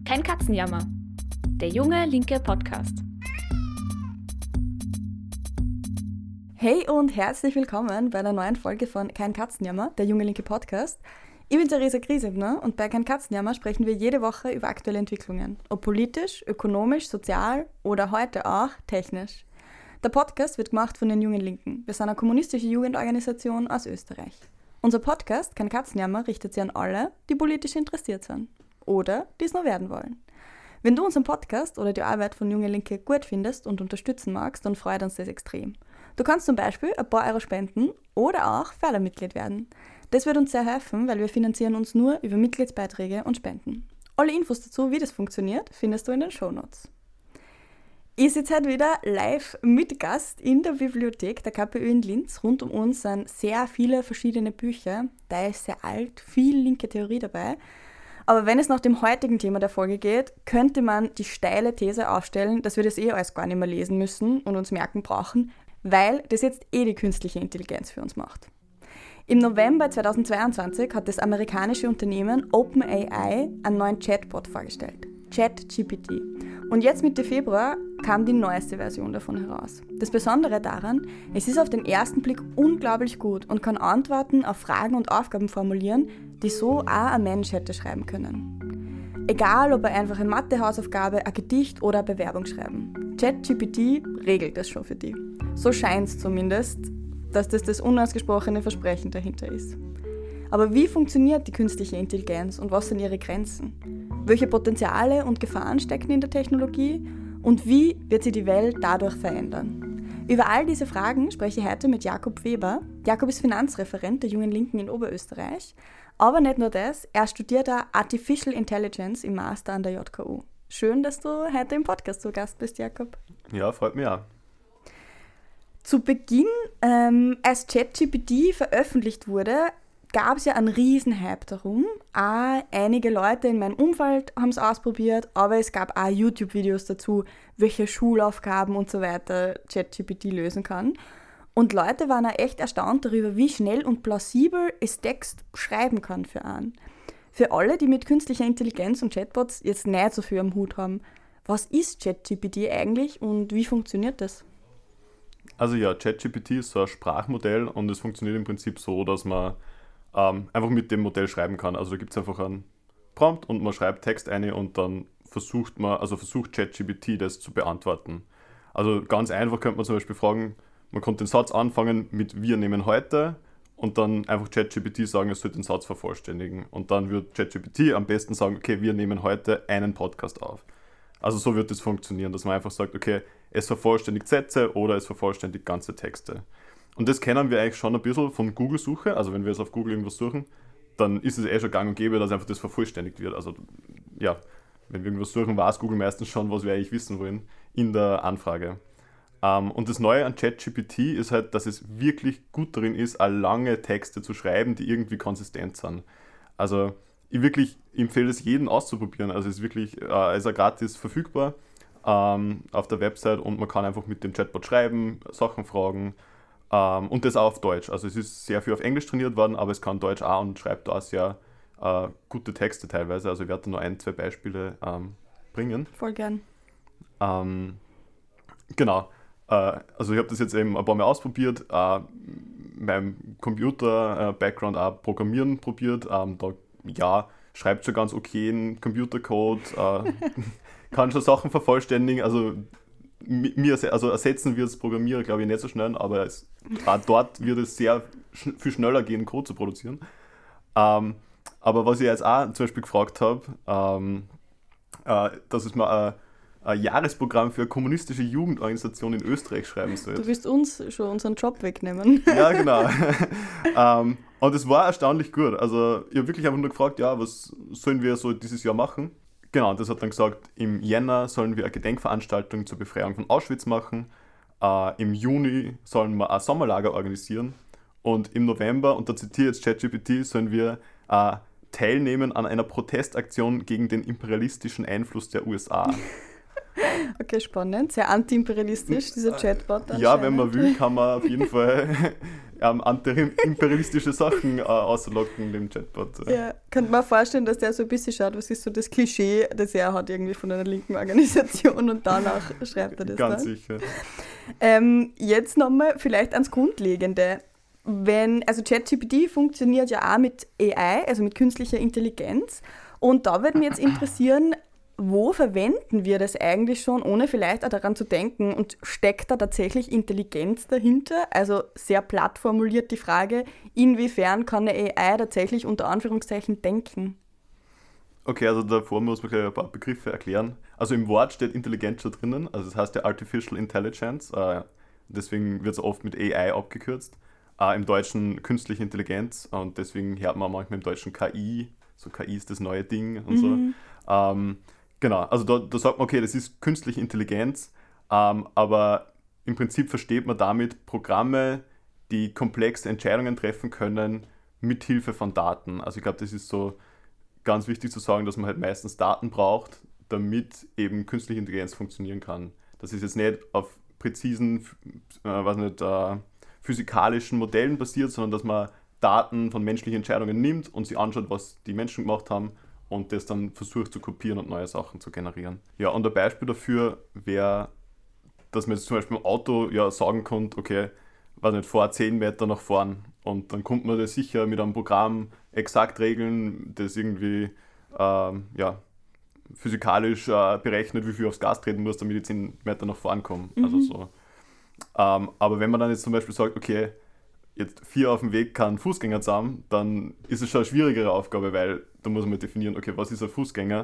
Kein Katzenjammer. Der junge linke Podcast. Hey und herzlich willkommen bei einer neuen Folge von Kein Katzenjammer, der junge linke Podcast. Ich bin Theresa Griesebner und bei Kein Katzenjammer sprechen wir jede Woche über aktuelle Entwicklungen, ob politisch, ökonomisch, sozial oder heute auch technisch. Der Podcast wird gemacht von den Jungen Linken. Wir sind eine kommunistische Jugendorganisation aus Österreich. Unser Podcast Kein Katzenjammer richtet sich an alle, die politisch interessiert sind oder die es noch werden wollen. Wenn du unseren Podcast oder die Arbeit von Junge Linke gut findest und unterstützen magst, dann freut uns das extrem. Du kannst zum Beispiel ein paar Euro spenden oder auch Fördermitglied werden. Das wird uns sehr helfen, weil wir finanzieren uns nur über Mitgliedsbeiträge und Spenden. Alle Infos dazu, wie das funktioniert, findest du in den Shownotes. Ich sitze heute wieder live mit Gast in der Bibliothek der KPÖ in Linz. Rund um uns sind sehr viele verschiedene Bücher, teils sehr alt, viel linke Theorie dabei. Aber wenn es nach dem heutigen Thema der Folge geht, könnte man die steile These aufstellen, dass wir das alles gar nicht mehr lesen müssen und uns merken brauchen, weil das jetzt die künstliche Intelligenz für uns macht. Im November 2022 hat das amerikanische Unternehmen OpenAI einen neuen Chatbot vorgestellt, ChatGPT. Und jetzt Mitte Februar kam die neueste Version davon heraus. Das Besondere daran, es ist auf den ersten Blick unglaublich gut und kann Antworten auf Fragen und Aufgaben formulieren, die so auch ein Mensch hätte schreiben können. Egal, ob er einfach eine Mathe-Hausaufgabe, ein Gedicht oder eine Bewerbung schreiben. ChatGPT regelt das schon für dich. So scheint es zumindest, dass das unausgesprochene Versprechen dahinter ist. Aber wie funktioniert die künstliche Intelligenz und was sind ihre Grenzen? Welche Potenziale und Gefahren stecken in der Technologie und wie wird sie die Welt dadurch verändern? Über all diese Fragen spreche ich heute mit Jakob Weber. Jakob ist Finanzreferent der Jungen Linken in Oberösterreich. Aber nicht nur das, er studiert auch Artificial Intelligence im Master an der JKU. Schön, dass du heute im Podcast zu Gast bist, Jakob. Ja, freut mich auch. Zu Beginn, als ChatGPT veröffentlicht wurde, gab es ja einen riesen Hype darum. Auch einige Leute in meinem Umfeld haben es ausprobiert, aber es gab auch YouTube-Videos dazu, welche Schulaufgaben und so weiter ChatGPT lösen kann. Und Leute waren auch echt erstaunt darüber, wie schnell und plausibel es Text schreiben kann für einen. Für alle, die mit künstlicher Intelligenz und Chatbots jetzt nicht so viel am Hut haben, was ist ChatGPT eigentlich und wie funktioniert das? Also ja, ChatGPT ist so ein Sprachmodell und es funktioniert im Prinzip so, dass man einfach mit dem Modell schreiben kann. Also da gibt es einfach einen Prompt und man schreibt Text ein und dann versucht ChatGPT das zu beantworten. Also ganz einfach könnte man zum Beispiel fragen, man konnte den Satz anfangen mit wir nehmen heute und dann einfach ChatGPT sagen, es soll den Satz vervollständigen. Und dann wird ChatGPT am besten sagen, okay, wir nehmen heute einen Podcast auf. Also so wird es funktionieren, dass man einfach sagt, okay, es vervollständigt Sätze oder es vervollständigt ganze Texte. Und das kennen wir eigentlich schon ein bisschen von Google-Suche. Also wenn wir jetzt auf Google irgendwas suchen, dann ist es schon gang und gäbe, dass einfach das vervollständigt wird. Also ja, wenn wir irgendwas suchen, weiß Google meistens schon, was wir eigentlich wissen wollen in der Anfrage. Und das Neue an ChatGPT ist halt, dass es wirklich gut darin ist, auch lange Texte zu schreiben, die irgendwie konsistent sind. Also ich wirklich empfehle es jedem auszuprobieren. Also es ist wirklich ist auch gratis verfügbar auf der Website und man kann einfach mit dem Chatbot schreiben, Sachen fragen und das auch auf Deutsch. Also es ist sehr viel auf Englisch trainiert worden, aber es kann Deutsch auch und schreibt da sehr gute Texte teilweise. Also ich werde da nur 1-2 Beispiele bringen. Voll gern. Genau. Also ich habe das jetzt eben ein paar Mal ausprobiert, meinem Computer-Background auch Programmieren probiert. Schreibt schon ganz okay in Computercode, kann schon Sachen vervollständigen. Also ersetzen wir das Programmieren, glaube ich, nicht so schnell, aber auch dort wird es sehr viel schneller gehen, Code zu produzieren. Aber was ich jetzt auch zum Beispiel gefragt habe, dass es mal ein Jahresprogramm für eine kommunistische Jugendorganisation in Österreich schreiben soll. Du willst uns schon unseren Job wegnehmen. Ja, genau. Und es war erstaunlich gut. Also ich habe wirklich einfach nur gefragt, ja, was sollen wir so dieses Jahr machen? Genau, und das hat dann gesagt, im Jänner sollen wir eine Gedenkveranstaltung zur Befreiung von Auschwitz machen. Im Juni sollen wir ein Sommerlager organisieren. Und im November, und da zitiere ich jetzt ChatGPT, sollen wir teilnehmen an einer Protestaktion gegen den imperialistischen Einfluss der USA. Okay, spannend. Sehr anti-imperialistisch, dieser Chatbot. Ja, wenn man will, kann man auf jeden Fall anti-imperialistische Sachen auslocken, dem Chatbot. Ja, könnte man vorstellen, dass der so ein bisschen schaut, was ist so das Klischee, das er hat irgendwie von einer linken Organisation und danach schreibt er das Ganz dann. sicher. Jetzt nochmal vielleicht ans Grundlegende. Also ChatGPT funktioniert ja auch mit AI, also mit künstlicher Intelligenz. Und da würde mich jetzt interessieren, wo verwenden wir das eigentlich schon, ohne vielleicht auch daran zu denken? Und steckt da tatsächlich Intelligenz dahinter? Also sehr platt formuliert die Frage, inwiefern kann eine AI tatsächlich unter Anführungszeichen denken? Okay, also davor muss man gleich ein paar Begriffe erklären. Also im Wort steht Intelligenz schon drinnen, also das heißt ja Artificial Intelligence, deswegen wird es oft mit AI abgekürzt. Im Deutschen künstliche Intelligenz und deswegen hört man manchmal im Deutschen KI, so KI ist das neue Ding und so. Genau, also da sagt man, okay, das ist künstliche Intelligenz, aber im Prinzip versteht man damit Programme, die komplexe Entscheidungen treffen können, mit Hilfe von Daten. Also ich glaube, das ist so ganz wichtig zu sagen, dass man halt meistens Daten braucht, damit eben künstliche Intelligenz funktionieren kann. Das ist jetzt nicht auf präzisen, physikalischen Modellen basiert, sondern dass man Daten von menschlichen Entscheidungen nimmt und sich anschaut, was die Menschen gemacht haben und das dann versucht zu kopieren und neue Sachen zu generieren. Ja, und ein Beispiel dafür wäre, dass man jetzt zum Beispiel im Auto ja sagen kann, okay, fahr 10 Meter nach vorn und dann kommt man das sicher mit einem Programm exakt regeln, das irgendwie physikalisch berechnet, wie viel aufs Gas treten muss, damit ich 10 Meter nach vorn komme. Also so. Aber wenn man dann jetzt zum Beispiel sagt, okay, jetzt 4 auf dem Weg kann Fußgänger zusammen, dann ist es schon eine schwierigere Aufgabe, weil da muss man definieren, okay, was ist ein Fußgänger,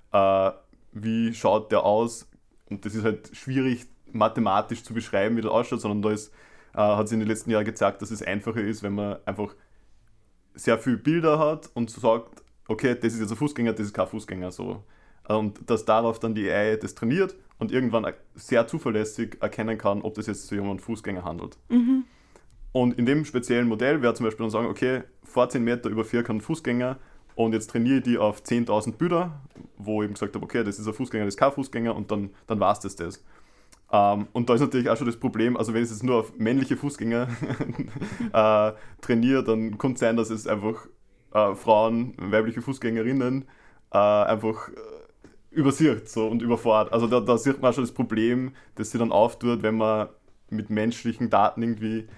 wie schaut der aus, und das ist halt schwierig mathematisch zu beschreiben, wie das ausschaut, sondern da hat sich in den letzten Jahren gezeigt, dass es einfacher ist, wenn man einfach sehr viele Bilder hat und so sagt, okay, das ist jetzt ein Fußgänger, das ist kein Fußgänger, so. Und dass darauf dann die AI das trainiert und irgendwann sehr zuverlässig erkennen kann, ob das jetzt sich um einen Fußgänger handelt. Und in dem speziellen Modell wäre zum Beispiel dann sagen, okay, vor 10 Meter über 4 kann ein Fußgänger und jetzt trainiere ich die auf 10.000 Bilder, wo ich eben gesagt habe, okay, das ist ein Fußgänger, das ist kein Fußgänger und dann war es das. Und da ist natürlich auch schon das Problem, also wenn ich es jetzt nur auf männliche Fußgänger trainiere, dann kann es sein, dass es einfach Frauen, weibliche Fußgängerinnen einfach übersieht so, und überfordert. Also da sieht man schon das Problem, das sich dann auftut, wenn man mit menschlichen Daten irgendwie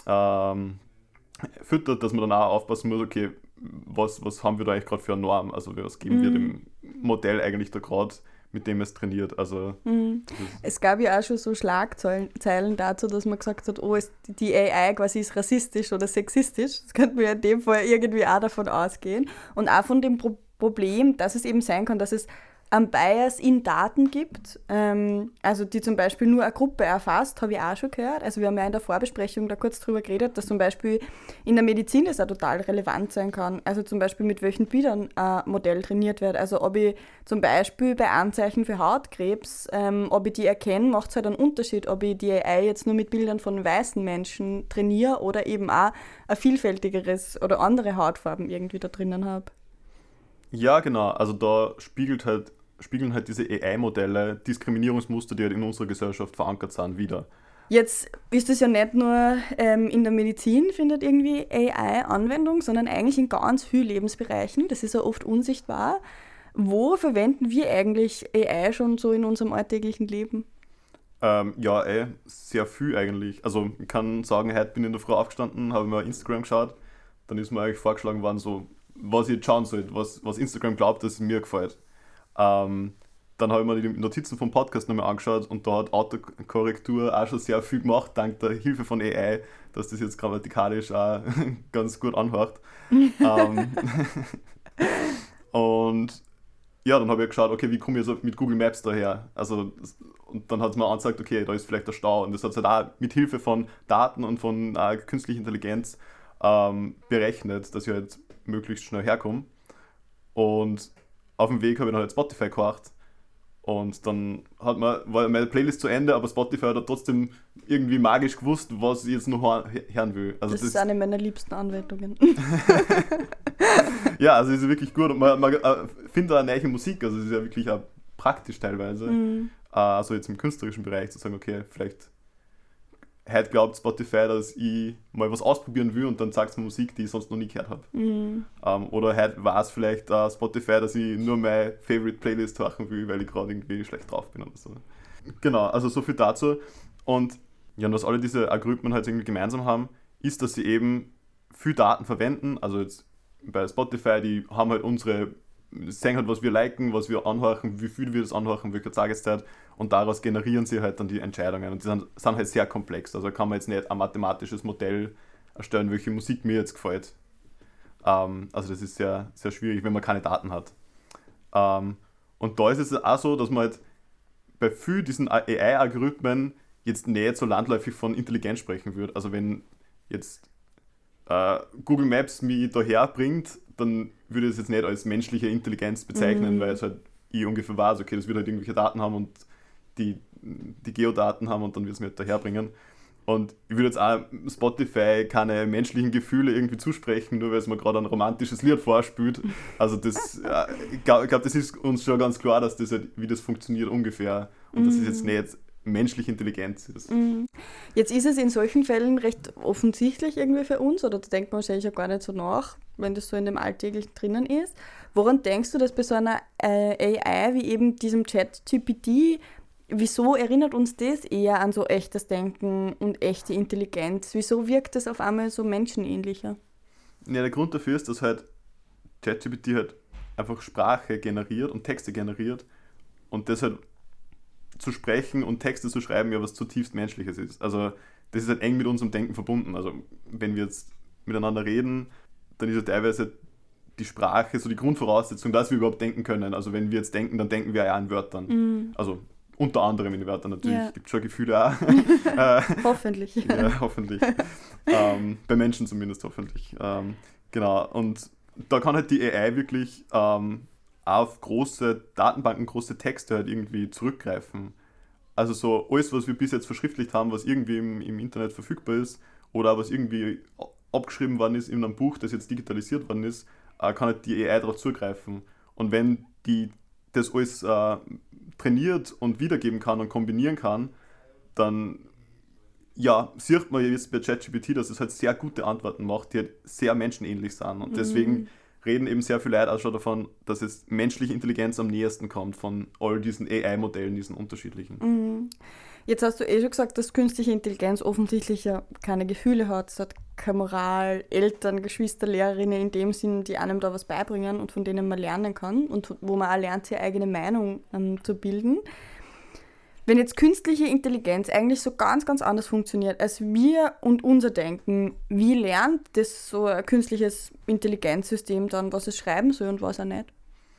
füttert, dass man dann auch aufpassen muss, okay, was haben wir da eigentlich gerade für eine Norm? Also was geben wir dem Modell eigentlich da gerade, mit dem es trainiert? Also es gab ja auch schon so Schlagzeilen dazu, dass man gesagt hat, die AI quasi ist rassistisch oder sexistisch. Das könnte man ja in dem Fall irgendwie auch davon ausgehen. Und auch von dem Problem, dass es eben sein kann, dass es einen Bias in Daten gibt, also die zum Beispiel nur eine Gruppe erfasst, habe ich auch schon gehört. Also wir haben ja in der Vorbesprechung da kurz drüber geredet, dass zum Beispiel in der Medizin das auch total relevant sein kann. Also zum Beispiel mit welchen Bildern ein Modell trainiert wird. Also ob ich zum Beispiel bei Anzeichen für Hautkrebs, ob ich die erkenne, macht es halt einen Unterschied, ob ich die AI jetzt nur mit Bildern von weißen Menschen trainiere oder eben auch ein vielfältigeres oder andere Hautfarben irgendwie da drinnen habe. Ja, genau. Also da spiegeln halt diese AI-Modelle Diskriminierungsmuster, die halt in unserer Gesellschaft verankert sind, wieder. Jetzt ist es ja nicht nur in der Medizin findet irgendwie AI Anwendung, sondern eigentlich in ganz vielen Lebensbereichen. Das ist ja oft unsichtbar. Wo verwenden wir eigentlich AI schon so in unserem alltäglichen Leben? Sehr viel eigentlich. Also ich kann sagen, heute bin ich in der Früh aufgestanden, habe mir Instagram geschaut, dann ist mir eigentlich vorgeschlagen worden, so, was ich jetzt schauen soll, was Instagram glaubt, dass mir gefällt. Dann habe ich mir die Notizen vom Podcast nochmal angeschaut und da hat Autokorrektur auch schon sehr viel gemacht, dank der Hilfe von AI, dass das jetzt grammatikalisch auch ganz gut anhört. Und ja, dann habe ich geschaut, okay, wie komme ich jetzt mit Google Maps daher? Also, und dann hat es mir angezeigt, okay, da ist vielleicht der Stau. Und das hat es halt auch mit Hilfe von Daten und von künstlicher Intelligenz berechnet, dass ich halt möglichst schnell herkomme. Und auf dem Weg habe ich dann halt Spotify gehört und dann war meine Playlist zu Ende, aber Spotify hat trotzdem irgendwie magisch gewusst, was ich jetzt noch hören will. Also das ist eine meiner liebsten Anwendungen. Ja, also es ist wirklich gut und man findet auch neue Musik, also es ist ja wirklich auch praktisch teilweise. also jetzt im künstlerischen Bereich zu sagen, okay, vielleicht heute glaubt Spotify, dass ich mal was ausprobieren will und dann sagt es mir Musik, die ich sonst noch nie gehört habe. Oder heute weiß vielleicht Spotify, dass ich nur meine Favorite-Playlist hören will, weil ich gerade irgendwie schlecht drauf bin oder so. Genau, also so viel dazu. Und ja, und was alle diese Algorithmen halt irgendwie gemeinsam haben, ist, dass sie eben viel Daten verwenden. Also jetzt bei Spotify, die haben halt sehen halt, was wir liken, was wir anhören, wie viel wir das anhören, welche Tageszeit, und daraus generieren sie halt dann die Entscheidungen. Und die sind halt sehr komplex. Also kann man jetzt nicht ein mathematisches Modell erstellen, welche Musik mir jetzt gefällt. Also das ist sehr, sehr schwierig, wenn man keine Daten hat. Und da ist es auch so, dass man halt bei vielen diesen AI-Algorithmen jetzt nicht so landläufig von Intelligenz sprechen würde. Also wenn jetzt Google Maps mich daher bringt, dann würde ich es jetzt nicht als menschliche Intelligenz bezeichnen, weil es halt ich ungefähr weiß, okay, das wird halt irgendwelche Daten haben und die Geodaten haben und dann wird es mir halt daher bringen. Und ich würde jetzt auch Spotify keine menschlichen Gefühle irgendwie zusprechen, nur weil es mir gerade ein romantisches Lied vorspielt. Also das, ich glaube, das ist uns schon ganz klar, dass das halt, wie das funktioniert ungefähr. Und das ist jetzt nicht menschliche Intelligenz ist. Jetzt ist es in solchen Fällen recht offensichtlich irgendwie für uns, oder da denkt man wahrscheinlich ja gar nicht so nach, wenn das so in dem Alltäglichen drinnen ist. Woran denkst du, dass bei so einer AI wie eben diesem ChatGPT, wieso erinnert uns das eher an so echtes Denken und echte Intelligenz? Wieso wirkt das auf einmal so menschenähnlicher? Ja, der Grund dafür ist, dass halt ChatGPT halt einfach Sprache generiert und Texte generiert und das halt zu sprechen und Texte zu schreiben ja was zutiefst Menschliches ist. Also das ist halt eng mit unserem Denken verbunden. Also wenn wir jetzt miteinander reden, dann ist ja teilweise die Sprache so die Grundvoraussetzung, dass wir überhaupt denken können. Also wenn wir jetzt denken, dann denken wir ja in Wörtern. Also unter anderem in Wörtern natürlich. Es gibt schon Gefühle auch. Hoffentlich. Ja, hoffentlich. Bei Menschen zumindest hoffentlich. Genau. Und da kann halt die AI wirklich auf große Datenbanken, große Texte halt irgendwie zurückgreifen. Also so alles, was wir bis jetzt verschriftlicht haben, was irgendwie im Internet verfügbar ist oder was irgendwie abgeschrieben worden ist in einem Buch, das jetzt digitalisiert worden ist, kann halt die AI darauf zugreifen. Und wenn die das alles trainiert und wiedergeben kann und kombinieren kann, dann sieht man jetzt bei ChatGPT, dass es halt sehr gute Antworten macht, die halt sehr menschenähnlich sind. Und deswegen reden eben sehr viele Leute auch schon davon, dass es menschliche Intelligenz am nächsten kommt von all diesen AI-Modellen, diesen unterschiedlichen. Jetzt hast du schon gesagt, dass künstliche Intelligenz offensichtlich ja keine Gefühle hat. Es hat keine Moral, Eltern, Geschwister, Lehrerinnen in dem Sinn, die einem da was beibringen und von denen man lernen kann und wo man auch lernt, seine eigene Meinung zu bilden. Wenn jetzt künstliche Intelligenz eigentlich so ganz, ganz anders funktioniert als wir und unser Denken, wie lernt das so ein künstliches Intelligenzsystem dann, was es schreiben soll und was auch nicht?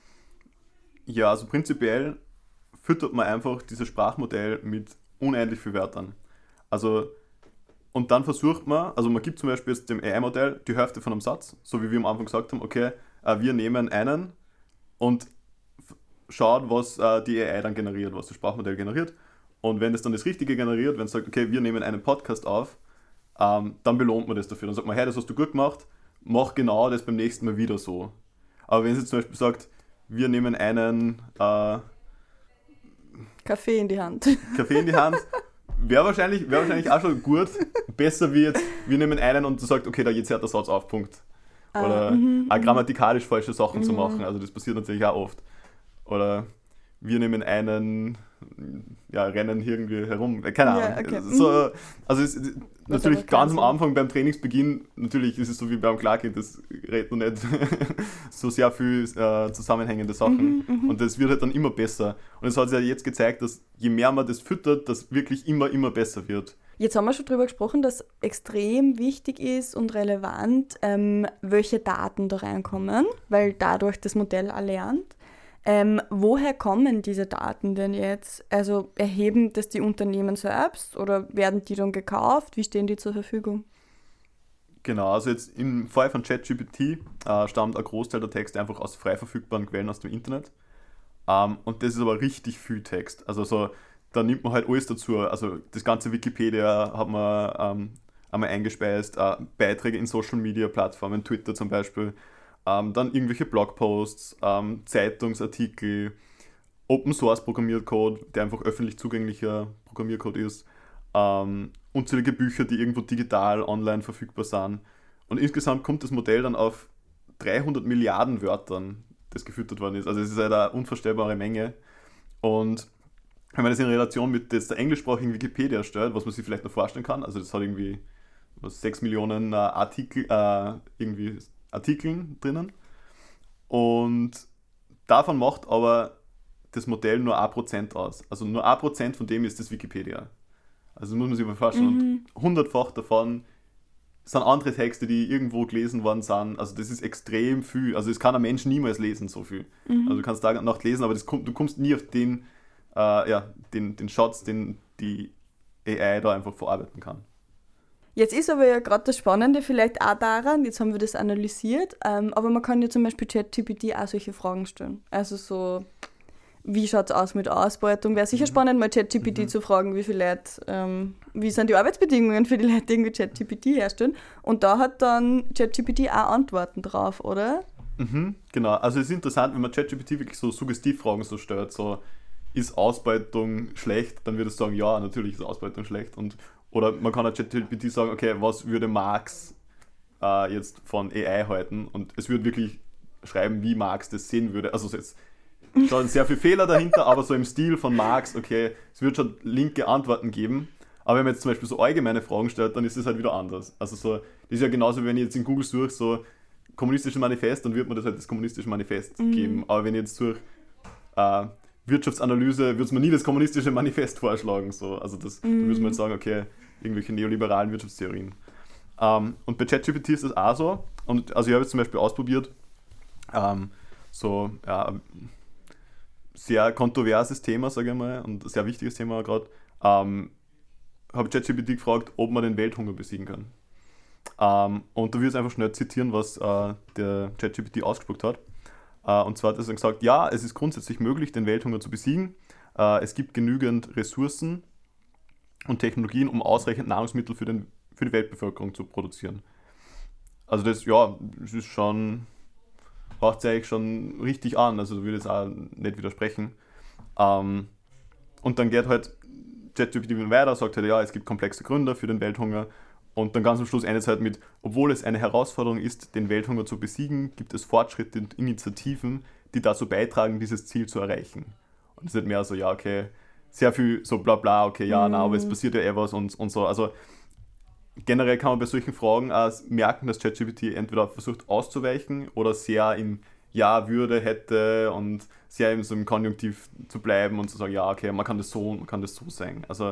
Ja, also prinzipiell füttert man einfach dieses Sprachmodell mit unendlich vielen Wörtern. Also, und dann versucht man, also man gibt zum Beispiel jetzt dem AI-Modell die Hälfte von einem Satz, so wie wir am Anfang gesagt haben, okay, wir nehmen einen und schaut, was die AI dann generiert, was das Sprachmodell generiert. Und wenn es dann das Richtige generiert, wenn es sagt, okay, wir nehmen einen Podcast auf, dann belohnt man das dafür. Dann sagt man, hey, das hast du gut gemacht, mach genau das beim nächsten Mal wieder so. Aber wenn es jetzt zum Beispiel sagt, wir nehmen einen Kaffee in die Hand. Wäre wahrscheinlich auch schon gut. Besser wie jetzt, wir nehmen einen und du sagst, okay, da jetzt hört der Satz auf, Punkt. Oder auch grammatikalisch falsche Sachen zu machen. Also das passiert natürlich auch oft. Oder wir nehmen einen, rennen irgendwie herum. Keine Ahnung. Okay. So, also es ist natürlich ganz am Anfang beim Trainingsbeginn, natürlich ist es so wie beim Klarkind, das redet noch nicht so sehr viel zusammenhängende Sachen. Und das wird halt dann immer besser. Und es hat sich ja jetzt gezeigt, dass je mehr man das füttert, das wirklich immer, immer besser wird. Jetzt haben wir schon darüber gesprochen, dass extrem wichtig ist und relevant, welche Daten da reinkommen, weil dadurch das Modell auch lernt. Woher kommen diese Daten denn jetzt? Also erheben das die Unternehmen selbst oder werden die dann gekauft? Wie stehen die zur Verfügung? Genau, also jetzt im Fall von ChatGPT stammt ein Großteil der Texte einfach aus frei verfügbaren Quellen aus dem Internet. Und das ist aber richtig viel Text. Also so, da nimmt man halt alles dazu. Also das ganze Wikipedia hat man einmal eingespeist, Beiträge in Social-Media-Plattformen, Twitter zum Beispiel, dann irgendwelche Blogposts, Zeitungsartikel Open Source Programmiercode, der einfach öffentlich zugänglicher Programmiercode ist, unzählige Bücher, die irgendwo digital online verfügbar sind. Und insgesamt kommt das Modell dann auf 300 Milliarden Wörtern, das gefüttert worden ist. Also es ist halt eine unvorstellbare Menge. Und wenn man das in Relation mit der englischsprachigen Wikipedia stellt, was man sich vielleicht noch vorstellen kann, also das hat irgendwie 6 Millionen Artikeln drinnen. Und davon macht aber das Modell nur 1% aus. Also nur 1% von dem ist das Wikipedia. Also muss man sich mal vorstellen. Und 100-fach davon sind andere Texte, die irgendwo gelesen worden sind. Also das ist extrem viel. Also das kann ein Mensch niemals lesen, so viel. Also du kannst Tag und Nacht lesen, aber du kommst nie auf den Schatz, den die AI da einfach verarbeiten kann. Jetzt ist aber ja gerade das Spannende vielleicht auch daran, jetzt haben wir das analysiert, aber man kann ja zum Beispiel ChatGPT auch solche Fragen stellen. Also so, wie schaut es aus mit Ausbeutung? Wäre sicher spannend, mal ChatGPT zu fragen, wie viele Leute, wie sind die Arbeitsbedingungen für die Leute, die irgendwie ChatGPT herstellen. Und da hat dann ChatGPT auch Antworten drauf, oder? Genau, also es ist interessant, wenn man ChatGPT wirklich so Suggestivfragen so stellt, so, ist Ausbeutung schlecht? Dann würde es sagen, ja, natürlich ist Ausbeutung schlecht. Oder man kann auch ChatGPT sagen, okay, was würde Marx jetzt von AI halten? Und es würde wirklich schreiben, wie Marx das sehen würde. Also es schon sehr viele Fehler dahinter, aber so im Stil von Marx, okay, es wird schon linke Antworten geben. Aber wenn man jetzt zum Beispiel so allgemeine Fragen stellt, dann ist es halt wieder anders. Also so, das ist ja genauso, wie wenn ich jetzt in Google suche, so kommunistisches Manifest, dann wird man das halt das kommunistische Manifest geben. Aber wenn ich jetzt suche Wirtschaftsanalyse, würde es mir nie das kommunistische Manifest vorschlagen. So. Also da müssen wir jetzt sagen, okay, irgendwelche neoliberalen Wirtschaftstheorien. Und bei ChatGPT ist das auch so. Und also ich habe jetzt zum Beispiel ausprobiert, sehr kontroverses Thema, sage ich mal, und ein sehr wichtiges Thema gerade, habe ChatGPT gefragt, ob man den Welthunger besiegen kann. Und du wirst einfach schnell zitieren, was der ChatGPT ausgespuckt hat. Und zwar hat er gesagt, ja, es ist grundsätzlich möglich, den Welthunger zu besiegen. Es gibt genügend Ressourcen und Technologien, um ausreichend Nahrungsmittel für die Weltbevölkerung zu produzieren. Also das ist schon, braucht es eigentlich schon richtig an, also du würdest auch nicht widersprechen. Und dann geht halt ChatGPT weiter, sagt halt, ja, es gibt komplexe Gründe für den Welthunger. Und dann ganz am Schluss endet es halt mit, obwohl es eine Herausforderung ist, den Welthunger zu besiegen, gibt es Fortschritte und Initiativen, die dazu beitragen, dieses Ziel zu erreichen. Und es ist nicht mehr so, ja, okay, sehr viel so bla bla, okay, ja, aber es passiert ja was und so. Also generell kann man bei solchen Fragen auch merken, dass ChatGPT entweder versucht auszuweichen oder sehr im Ja, würde, hätte und sehr eben so im Konjunktiv zu bleiben und zu sagen, ja, okay, man kann das so sein. Also,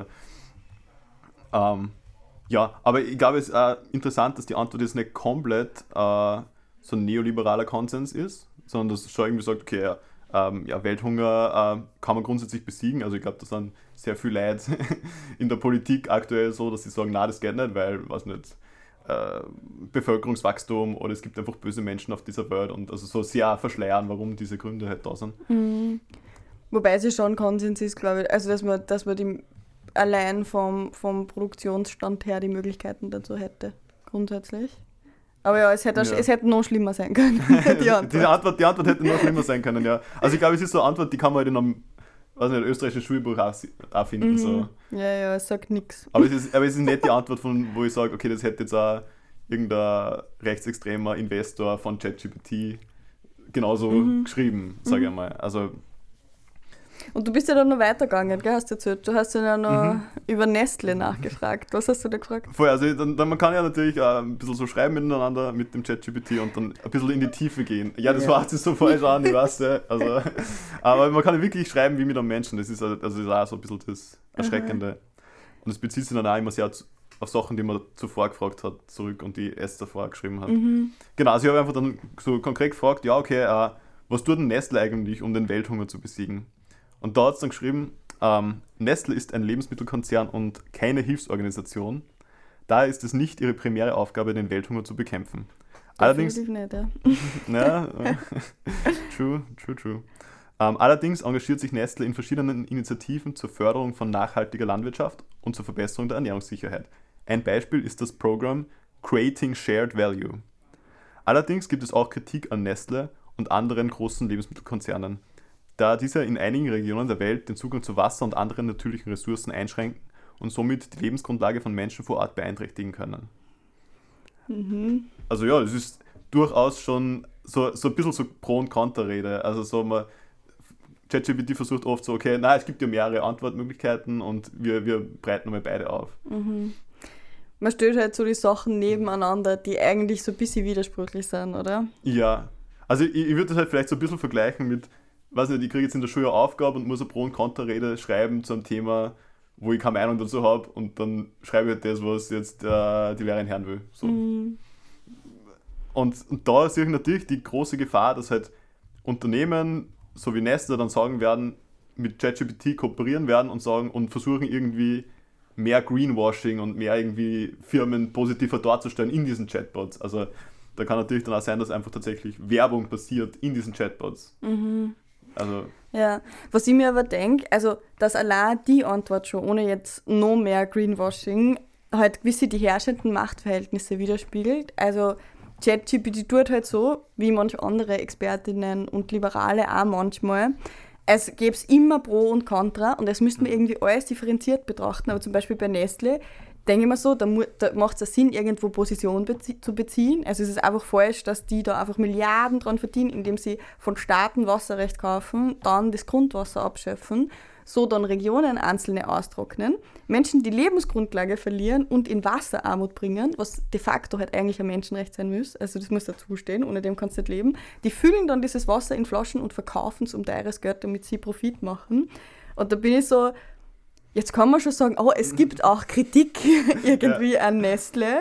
ja, aber ich glaube, es ist auch interessant, dass die Antwort jetzt nicht komplett so ein neoliberaler Konsens ist, sondern dass schon irgendwie sagt, okay, Welthunger kann man grundsätzlich besiegen. Also ich glaube, das sind sehr viele Leute in der Politik aktuell so, dass sie sagen, na, das geht nicht, weil, weiß nicht, Bevölkerungswachstum oder es gibt einfach böse Menschen auf dieser Welt und also so sehr verschleiern, warum diese Gründe halt da sind. Wobei es ja schon Konsens ist, glaube ich, also dass man die allein vom Produktionsstand her die Möglichkeiten dazu hätte, grundsätzlich. Aber ja, es hätte noch schlimmer sein können, die Antwort. Die Antwort hätte noch schlimmer sein können, ja. Also ich glaube, es ist so eine Antwort, die kann man halt in einem österreichischen Schulbuch auch finden. So. Ja, es sagt nichts. Aber es ist nicht die Antwort, wo ich sage, okay, das hätte jetzt auch irgendein rechtsextremer Investor von ChatGPT genauso geschrieben, sage ich mal. Also, und du bist ja dann noch weitergegangen, gell, hast du erzählt. Du hast ja noch über Nestle nachgefragt. Was hast du da gefragt? Voll, also man kann ja natürlich auch ein bisschen so schreiben miteinander mit dem ChatGPT und dann ein bisschen in die Tiefe gehen. Ja, das war jetzt so falsch an, ich weiß ja. Also, aber man kann ja wirklich schreiben wie mit einem Menschen. Das ist auch so ein bisschen das Erschreckende. Und es bezieht sich dann auch immer sehr auf Sachen, die man zuvor gefragt hat, zurück und die Esther vorher geschrieben hat. Genau, also ich habe einfach dann so konkret gefragt, ja, okay, was tut denn Nestle eigentlich, um den Welthunger zu besiegen? Und da hat es dann geschrieben, Nestle ist ein Lebensmittelkonzern und keine Hilfsorganisation. Daher ist es nicht ihre primäre Aufgabe, den Welthunger zu bekämpfen. Allerdings nicht, ja. True. Allerdings engagiert sich Nestle in verschiedenen Initiativen zur Förderung von nachhaltiger Landwirtschaft und zur Verbesserung der Ernährungssicherheit. Ein Beispiel ist das Programm Creating Shared Value. Allerdings gibt es auch Kritik an Nestle und anderen großen Lebensmittelkonzernen. da diese in einigen Regionen der Welt den Zugang zu Wasser und anderen natürlichen Ressourcen einschränken und somit die Lebensgrundlage von Menschen vor Ort beeinträchtigen können. Also ja, es ist durchaus schon so ein bisschen so Pro- und Contra-Rede. Also so ChatGPT versucht oft so, okay, es gibt ja mehrere Antwortmöglichkeiten und wir breiten mal beide auf. Man stellt halt so die Sachen nebeneinander, die eigentlich so ein bisschen widersprüchlich sind, oder? Ja, also ich würde das halt vielleicht so ein bisschen vergleichen mit, weiß nicht, ich kriege jetzt in der Schule eine Aufgabe und muss eine Pro- und Contra-Rede schreiben zu einem Thema, wo ich keine Meinung dazu habe, und dann schreibe ich halt das, was jetzt die Lehrerin hören will. So. Und da sehe ich natürlich die große Gefahr, dass halt Unternehmen, so wie Nestle, dann sagen werden, mit ChatGPT kooperieren werden und sagen und versuchen irgendwie mehr Greenwashing und mehr irgendwie Firmen positiver darzustellen in diesen Chatbots. Also da kann natürlich dann auch sein, dass einfach tatsächlich Werbung passiert in diesen Chatbots. Also ja, was ich mir aber denke, also dass allein die Antwort schon, ohne jetzt noch mehr Greenwashing, halt gewisse die herrschenden Machtverhältnisse widerspiegelt. Also ChatGPT tut halt so, wie manche andere Expertinnen und Liberale auch manchmal, es gäbe es immer Pro und Contra und es müsste man irgendwie alles differenziert betrachten. Aber zum Beispiel bei Nestle denke ich mir so, da macht es Sinn, irgendwo Position zu beziehen. Also es ist einfach falsch, dass die da einfach Milliarden dran verdienen, indem sie von Staaten Wasserrecht kaufen, dann das Grundwasser abschöpfen, so dann Regionen einzelne austrocknen, Menschen die Lebensgrundlage verlieren und in Wasserarmut bringen, was de facto halt eigentlich ein Menschenrecht sein muss. Also das muss dazustehen, ohne dem kannst du nicht leben. Die füllen dann dieses Wasser in Flaschen und verkaufen es um teures Geld, damit sie Profit machen. Und da bin ich so, jetzt kann man schon sagen, es gibt auch Kritik irgendwie an Nestle.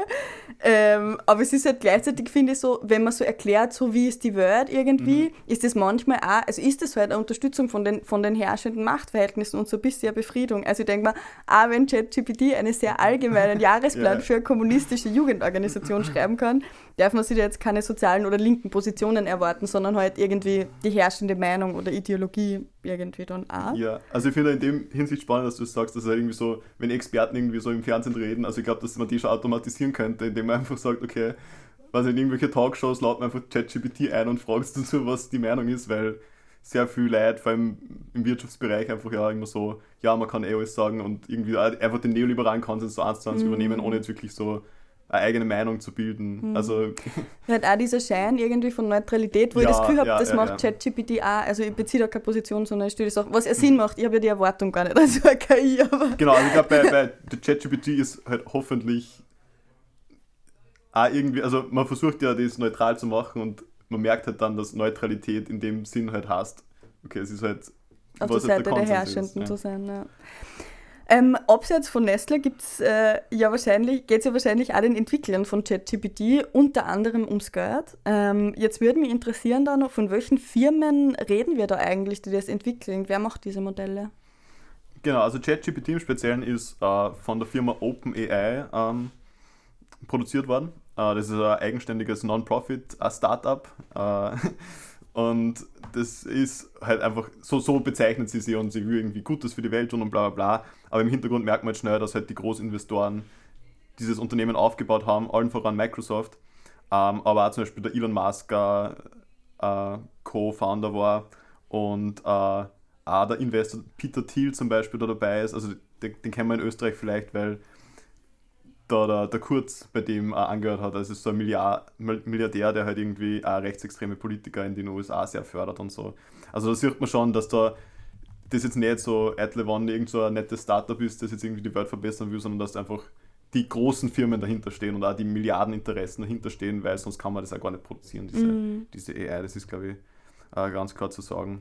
Aber es ist halt gleichzeitig, finde ich, so, wenn man so erklärt, so wie ist die Welt irgendwie, ist das manchmal auch, also ist das halt eine Unterstützung von den herrschenden Machtverhältnissen und so ein bisschen eine Befriedung. Also ich denke mir, auch wenn ChatGPT einen sehr allgemeinen Jahresplan für eine kommunistische Jugendorganisation schreiben kann, darf man sich da jetzt keine sozialen oder linken Positionen erwarten, sondern halt irgendwie die herrschende Meinung oder Ideologie irgendwie dann auch. ja, also ich finde in dem Hinsicht spannend, dass du sagst, dass irgendwie so, wenn Experten irgendwie so im Fernsehen reden, also ich glaube, dass man die schon automatisieren könnte, indem man einfach sagt, okay, was in irgendwelche Talkshows laut man einfach ChatGPT ein und fragst dazu, was die Meinung ist, weil sehr viel Leute, vor allem im Wirtschaftsbereich, einfach ja immer so, ja, man kann alles sagen und irgendwie einfach den neoliberalen Konsens so 1:1 übernehmen, ohne jetzt wirklich so eine eigene Meinung zu bilden. Also halt auch dieser Schein irgendwie von Neutralität, wo ich das Gefühl habe, das macht ChatGPT auch. Also ich beziehe da keine Position, sondern ich stelle die Sachen, was ja Sinn macht. Ich habe ja die Erwartung gar nicht als eine KI, aber... Genau, also ich glaube, bei ChatGPT ist halt hoffentlich auch irgendwie, also man versucht ja das neutral zu machen und man merkt halt dann, dass Neutralität in dem Sinn halt heißt, okay, es ist halt auf der Seite der Herrschenden zu sein, ja. Abseits von Nestle geht es ja wahrscheinlich auch den Entwicklern von ChatGPT unter anderem ums Geld. Jetzt würde mich interessieren da noch, von welchen Firmen reden wir da eigentlich, die das entwickeln? Wer macht diese Modelle? Genau, also ChatGPT im Speziellen ist von der Firma OpenAI produziert worden. Das ist ein eigenständiges Non-Profit-Startup. Und das ist halt einfach, so bezeichnet sie sich und sie will irgendwie Gutes für die Welt tun und bla bla bla. Aber im Hintergrund merkt man halt schnell, dass halt die Großinvestoren dieses Unternehmen aufgebaut haben, allen voran Microsoft. Aber auch zum Beispiel der Elon Musk Co-Founder war und auch der Investor Peter Thiel zum Beispiel da dabei ist. Also den kennen wir in Österreich vielleicht, weil da der Kurz bei dem angehört hat. Also ist so ein Milliardär, der halt irgendwie auch rechtsextreme Politiker in den USA sehr fördert und so. Also da sieht man schon, dass das jetzt nicht so eitle Wanne irgend so ein nettes Startup ist, das jetzt irgendwie die Welt verbessern will, sondern dass einfach die großen Firmen dahinter stehen und auch die Milliardeninteressen dahinter stehen, weil sonst kann man das auch gar nicht produzieren, diese AI. Das ist, glaube ich, ganz klar zu sagen.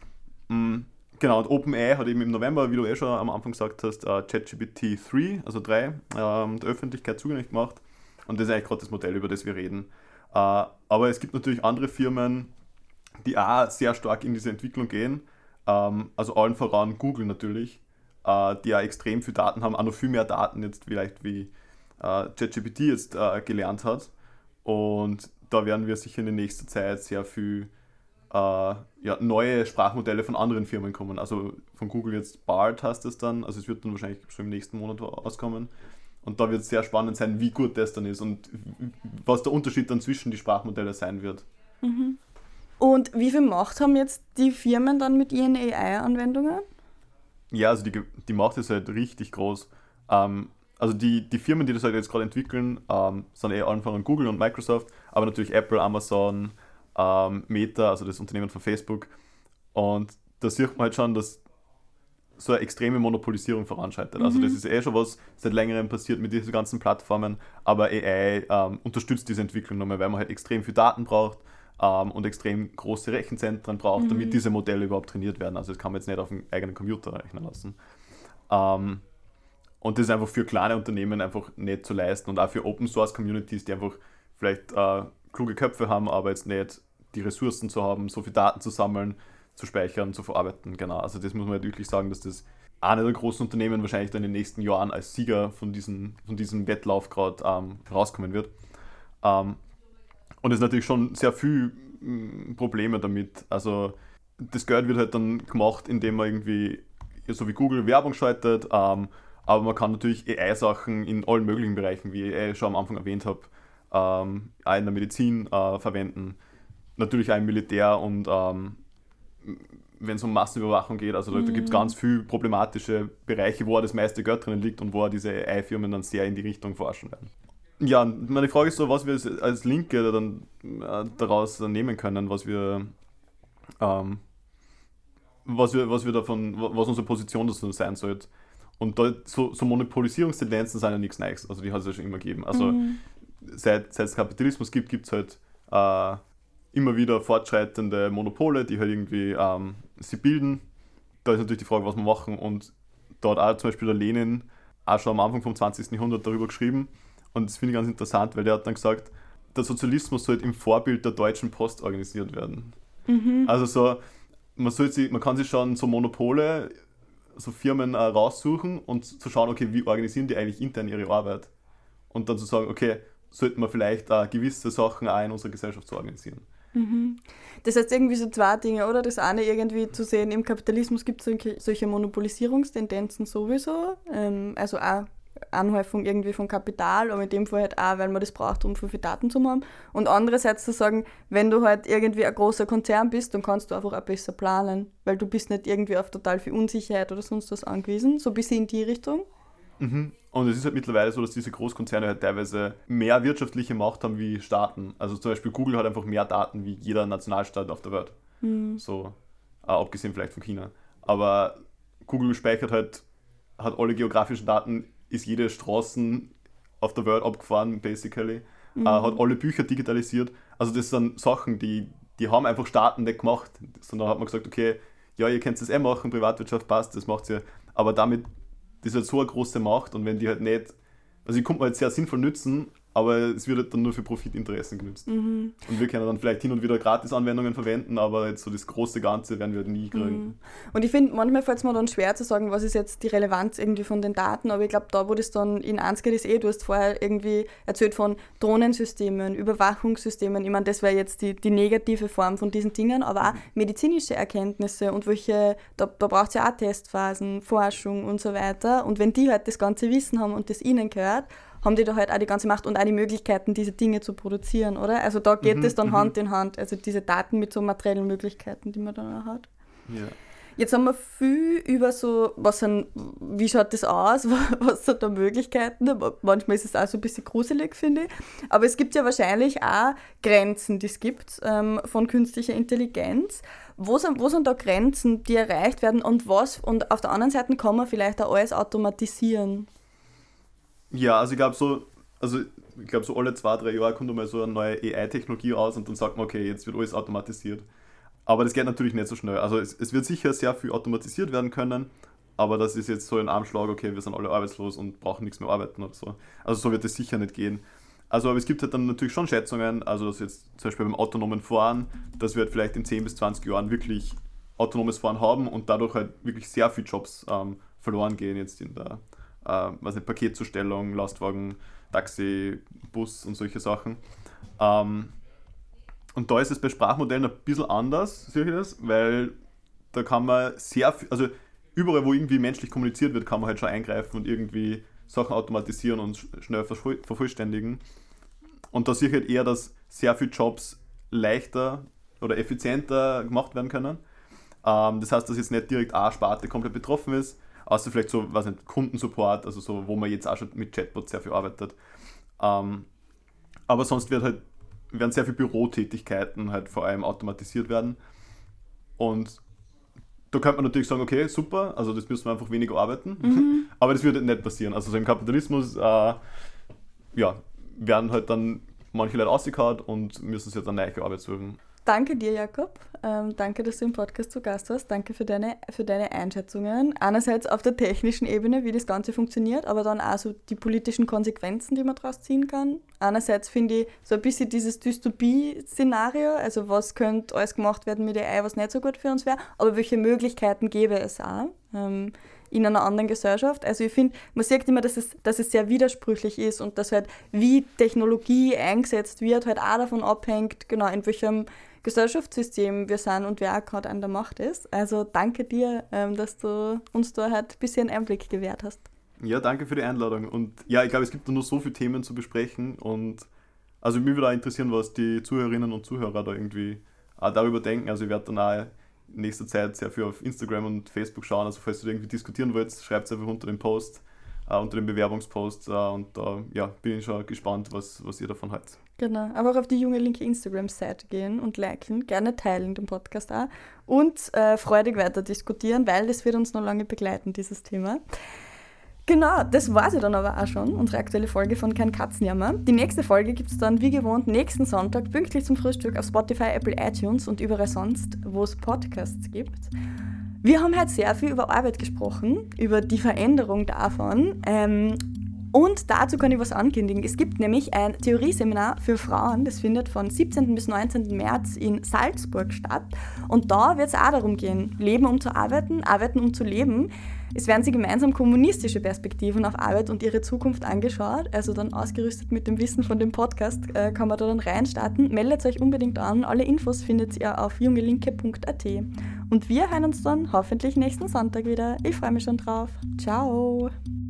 Genau, und OpenAI hat eben im November, wie du schon am Anfang gesagt hast, ChatGPT 3, also 3, der Öffentlichkeit zugänglich gemacht. Und das ist eigentlich gerade das Modell, über das wir reden. Aber es gibt natürlich andere Firmen, die auch sehr stark in diese Entwicklung gehen. Also allen voran Google natürlich, die auch extrem viel Daten haben, auch noch viel mehr Daten jetzt vielleicht wie ChatGPT jetzt gelernt hat. Und da werden wir sicher in der nächsten Zeit sehr viel neue Sprachmodelle von anderen Firmen kommen. Also von Google jetzt Bard heißt es dann, also es wird dann wahrscheinlich schon im nächsten Monat auskommen. Und da wird es sehr spannend sein, wie gut das dann ist und was der Unterschied dann zwischen die Sprachmodelle sein wird. Und wie viel Macht haben jetzt die Firmen dann mit ihren AI-Anwendungen? Ja, also die Macht ist halt richtig groß. Also die Firmen, die das halt jetzt gerade entwickeln, sind allen voran Google und Microsoft, aber natürlich Apple, Amazon, Meta, also das Unternehmen von Facebook. Und da sieht man halt schon, dass so eine extreme Monopolisierung voranschreitet. Also das ist schon was seit längerem passiert mit diesen ganzen Plattformen, aber AI unterstützt diese Entwicklung nochmal, weil man halt extrem viel Daten braucht und extrem große Rechenzentren braucht, damit diese Modelle überhaupt trainiert werden. Also das kann man jetzt nicht auf einem eigenen Computer rechnen lassen. Und das ist einfach für kleine Unternehmen einfach nicht zu leisten und auch für Open-Source-Communities, die einfach vielleicht kluge Köpfe haben, aber jetzt nicht die Ressourcen zu haben, so viel Daten zu sammeln, zu speichern, zu verarbeiten. Genau, also das muss man halt wirklich sagen, dass das eine der großen Unternehmen wahrscheinlich dann in den nächsten Jahren als Sieger von diesem Wettlauf gerade rauskommen wird. Und es ist natürlich schon sehr viel Probleme damit. Also das Geld wird halt dann gemacht, indem man irgendwie, so wie Google, Werbung schaltet, aber man kann natürlich AI-Sachen in allen möglichen Bereichen, wie ich schon am Anfang erwähnt habe, auch in der Medizin verwenden. Natürlich auch im Militär und wenn es um Massenüberwachung geht, also da gibt es ganz viele problematische Bereiche, wo das meiste Geld drinnen liegt und wo diese AI-Firmen dann sehr in die Richtung forschen werden. Ja, meine Frage ist so, was wir als Linke dann daraus nehmen können, was unsere Position dazu sein sollte. Und da, so Monopolisierungstendenzen sind ja nichts Neues, also die hat es ja schon immer gegeben. Also seit es Kapitalismus gibt es halt immer wieder fortschreitende Monopole, die halt irgendwie sie bilden. Da ist natürlich die Frage, was wir machen. Und da hat auch zum Beispiel der Lenin auch schon am Anfang vom 20. Jahrhundert darüber geschrieben. Und das finde ich ganz interessant, weil der hat dann gesagt, der Sozialismus sollte im Vorbild der Deutschen Post organisiert werden. Also so, man kann sich schon so Monopole, so Firmen raussuchen und zu schauen, okay, wie organisieren die eigentlich intern ihre Arbeit? Und dann zu sagen, okay, sollten wir vielleicht gewisse Sachen auch in unserer Gesellschaft so organisieren. Das heißt irgendwie so zwei Dinge, oder? Das eine irgendwie zu sehen, im Kapitalismus gibt es solche Monopolisierungstendenzen sowieso, also auch Anhäufung irgendwie von Kapital, aber in dem Fall halt auch, weil man das braucht, um viel Daten zu haben. Und andererseits zu sagen, wenn du halt irgendwie ein großer Konzern bist, dann kannst du einfach auch besser planen, weil du bist nicht irgendwie auf total viel Unsicherheit oder sonst was angewiesen, so ein bisschen in die Richtung. Und es ist halt mittlerweile so, dass diese Großkonzerne halt teilweise mehr wirtschaftliche Macht haben wie Staaten. Also zum Beispiel Google hat einfach mehr Daten wie jeder Nationalstaat auf der Welt. So, abgesehen vielleicht von China. Aber Google speichert halt, hat alle geografischen Daten, ist jede Straßen auf der Welt abgefahren, basically. Hat alle Bücher digitalisiert. Also das sind Sachen, die haben einfach Staaten nicht gemacht. Sondern hat man gesagt, okay, ja, ihr könnt das machen, Privatwirtschaft passt, das macht ihr. Aber damit, das ist halt so eine große Macht und wenn die halt nicht, also die kommt man halt sehr sinnvoll nützen, aber es wird halt dann nur für Profitinteressen genutzt. Und wir können dann vielleicht hin und wieder Gratis-Anwendungen verwenden, aber jetzt so das große Ganze werden wir halt nie kriegen. Und ich finde, manchmal fällt es mir dann schwer zu sagen, was ist jetzt die Relevanz irgendwie von den Daten, aber ich glaube, da wo das dann in eins geht, ist du hast vorher irgendwie erzählt von Drohnensystemen, Überwachungssystemen, ich meine, das wäre jetzt die negative Form von diesen Dingen, aber auch medizinische Erkenntnisse und da braucht es ja auch Testphasen, Forschung und so weiter. Und wenn die halt das ganze Wissen haben und das ihnen gehört, haben die da halt auch die ganze Macht und auch die Möglichkeiten, diese Dinge zu produzieren, oder? Also da geht es dann Hand in Hand, also diese Daten mit so materiellen Möglichkeiten, die man dann auch hat. Ja. Jetzt haben wir viel über so, wie schaut das aus, was sind da Möglichkeiten, manchmal ist es auch so ein bisschen gruselig, finde ich, aber es gibt ja wahrscheinlich auch Grenzen, die es gibt von künstlicher Intelligenz. Wo sind da Grenzen, die erreicht werden und auf der anderen Seite kann man vielleicht auch alles automatisieren? Ja, also ich glaube so alle 2-3 Jahre kommt mal so eine neue AI-Technologie raus und dann sagt man, okay, jetzt wird alles automatisiert. Aber das geht natürlich nicht so schnell. Also es wird sicher sehr viel automatisiert werden können, aber das ist jetzt so ein Armschlag, okay, wir sind alle arbeitslos und brauchen nichts mehr arbeiten oder so. Also so wird es sicher nicht gehen. Also aber es gibt halt dann natürlich schon Schätzungen, also dass jetzt zum Beispiel beim autonomen Fahren, dass wir halt vielleicht in 10 bis 20 Jahren wirklich autonomes Fahren haben und dadurch halt wirklich sehr viele Jobs verloren gehen jetzt in der Paketzustellung, Lastwagen, Taxi, Bus und solche Sachen. Und da ist es bei Sprachmodellen ein bisschen anders, sehe ich das, weil da kann man sehr viel, also überall, wo irgendwie menschlich kommuniziert wird, kann man halt schon eingreifen und irgendwie Sachen automatisieren und schnell vervollständigen. Und da sehe ich halt eher, dass sehr viele Jobs leichter oder effizienter gemacht werden können. Das heißt, dass jetzt nicht direkt eine Sparte komplett betroffen ist, außer vielleicht so, weiß nicht, Kundensupport, also so, wo man jetzt auch schon mit Chatbots sehr viel arbeitet. Aber sonst werden sehr viele Bürotätigkeiten halt vor allem automatisiert werden. Und da könnte man natürlich sagen, okay, super, also das müssen wir einfach weniger arbeiten. Aber das würde nicht passieren. Also so im Kapitalismus werden halt dann manche Leute ausgekaut und müssen sich jetzt eine neue Arbeit suchen. Danke dir, Jakob. Danke, dass du im Podcast zu Gast warst. Danke für deine Einschätzungen. Einerseits auf der technischen Ebene, wie das Ganze funktioniert, aber dann auch so die politischen Konsequenzen, die man daraus ziehen kann. Einerseits finde ich so ein bisschen dieses Dystopie-Szenario, also was könnte alles gemacht werden mit AI, was nicht so gut für uns wäre, aber welche Möglichkeiten gäbe es auch in einer anderen Gesellschaft. Also ich finde, man sieht immer, dass es sehr widersprüchlich ist und dass halt, wie Technologie eingesetzt wird, halt auch davon abhängt, genau in welchem Gesellschaftssystem wir sind und wer auch gerade an der Macht ist. Also danke dir, dass du uns da halt ein bisschen Einblick gewährt hast. Ja, danke für die Einladung. Und ja, ich glaube, es gibt da nur so viele Themen zu besprechen und also mich würde auch interessieren, was die Zuhörerinnen und Zuhörer da irgendwie auch darüber denken. Also ich werde dann auch in nächster Zeit sehr viel auf Instagram und Facebook schauen. Also falls du irgendwie diskutieren willst, schreibt es einfach unter dem Post, unter dem Bewerbungspost und da bin ich schon gespannt, was ihr davon haltet. Genau, aber auch auf die Junge Linke Instagram-Seite gehen und liken, gerne teilen den Podcast auch und freudig weiter diskutieren, weil das wird uns noch lange begleiten, dieses Thema. Genau, das war sie dann aber auch schon, unsere aktuelle Folge von Kein Katzenjammer. Die nächste Folge gibt es dann wie gewohnt nächsten Sonntag pünktlich zum Frühstück auf Spotify, Apple, iTunes und überall sonst, wo es Podcasts gibt. Wir haben heute sehr viel über Arbeit gesprochen, über die Veränderung davon. Und dazu kann ich was ankündigen. Es gibt nämlich ein Theorieseminar für Frauen, das findet von 17. bis 19. März in Salzburg statt. Und da wird es auch darum gehen, Leben um zu arbeiten, Arbeiten um zu leben. Es werden sich gemeinsam kommunistische Perspektiven auf Arbeit und ihre Zukunft angeschaut. Also dann ausgerüstet mit dem Wissen von dem Podcast kann man da dann reinstarten. Meldet euch unbedingt an. Alle Infos findet ihr auf jungelinke.at. Und wir hören uns dann hoffentlich nächsten Sonntag wieder. Ich freue mich schon drauf. Ciao!